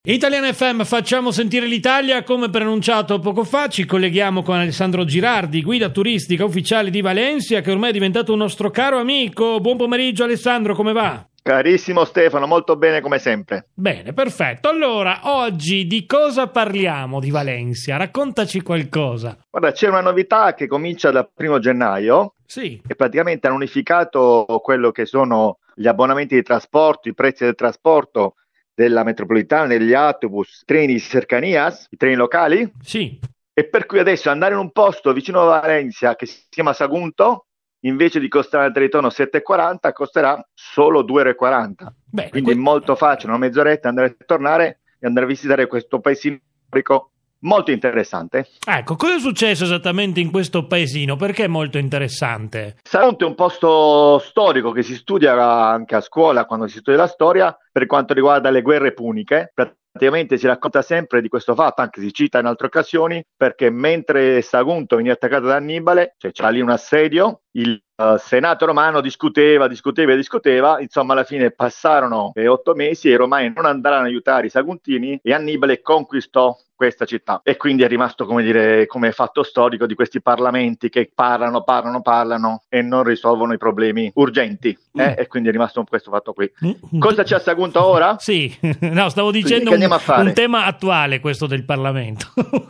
Italian FM, facciamo sentire l'Italia. Come preannunciato poco fa, ci colleghiamo con Alessandro Girardi, guida turistica ufficiale di Valencia, che ormai è diventato un nostro caro amico. Buon pomeriggio Alessandro, come va? Carissimo Stefano, molto bene come sempre. Bene, perfetto. Allora, oggi di cosa parliamo di Valencia? Raccontaci qualcosa. Guarda, c'è una novità che comincia dal 1 gennaio. Sì. E praticamente hanno unificato quello che sono gli abbonamenti di trasporto, i prezzi del trasporto della metropolitana, degli autobus, treni cercanías, i treni locali. Sì. E per cui adesso andare in un posto vicino a Valencia che si chiama Sagunto, invece di costare al ritorno 7,40 costerà solo 2,40 €. Quindi molto facile, una mezz'oretta andare a tornare e andare a visitare questo paesino storico molto interessante. Ecco, cosa è successo esattamente in questo paesino? Perché è molto interessante? Sagunto è un posto storico che si studia anche a scuola quando si studia la storia per quanto riguarda le guerre puniche. Praticamente si racconta sempre di questo fatto, anche si cita in altre occasioni, perché mentre Sagunto veniva attaccato da Annibale, cioè c'era lì un assedio, il Senato romano discuteva, insomma alla fine passarono 8 mesi e i romani non andarono ad aiutare i saguntini e Annibale conquistò questa città. E quindi è rimasto, come dire, come fatto storico di questi parlamenti che parlano e non risolvono i problemi urgenti. E quindi è rimasto questo fatto qui. Cosa c'è a Sagunto ora? Sì, no, stavo dicendo un tema attuale, questo del Parlamento.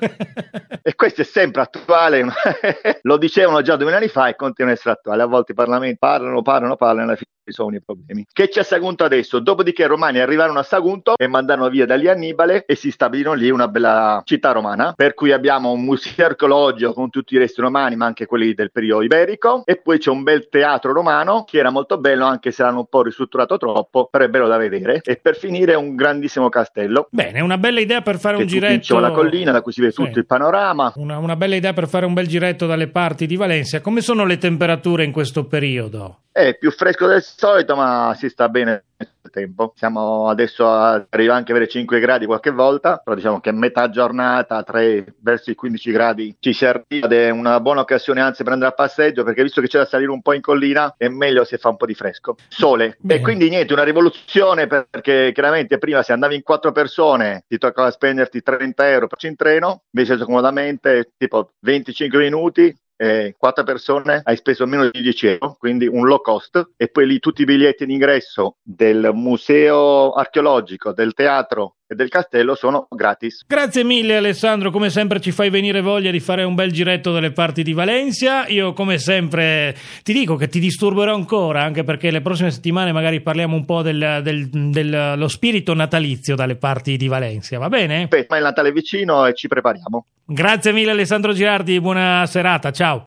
E questo è sempre attuale, lo dicevano già 2000 anni fa e continua a essere attuale. A volte i parlamenti parlano e alla fine risolvono i problemi. Che c'è a Sagunto adesso? Dopodiché i romani arrivarono a Sagunto e mandarono via da lì Annibale e si stabilirono lì una bella città romana, per cui abbiamo un museo archeologico con tutti i resti romani, ma anche quelli del periodo iberico, e poi c'è un bel teatro romano che era molto bello, anche se l'hanno un po' ristrutturato troppo, però è bello da vedere. E per finire un grandissimo castello. Bene, una bella idea per fare un giretto alla collina da cui si vede tutto il panorama. Una bella idea per fare un bel giretto dalle parti di Valencia. Come sono le temperature in questo periodo? È più fresco del solito, ma si sta bene il tempo. Siamo adesso arriva anche a avere 5 gradi qualche volta, però diciamo che a metà giornata, 3 verso i 15 gradi ci si arriva ed è una buona occasione anzi per andare a passeggio, perché visto che c'è da salire un po' in collina è meglio se fa un po' di fresco. Sole. Bene. E quindi niente, una rivoluzione, perché chiaramente prima se andavi in 4 persone ti toccava spenderti 30 € per in treno, invece comodamente tipo 25 minuti. 4 persone hai speso meno di 10 €, quindi un low cost, e poi lì tutti i biglietti d'ingresso del museo archeologico, del teatro e del castello sono gratis. Grazie mille Alessandro, come sempre ci fai venire voglia di fare un bel giretto dalle parti di Valencia. Io come sempre ti dico che ti disturberò ancora, anche perché le prossime settimane magari parliamo un po' dello spirito natalizio dalle parti di Valencia, va bene? Ma il Natale è vicino e ci prepariamo. Grazie mille Alessandro Girardi, buona serata, ciao.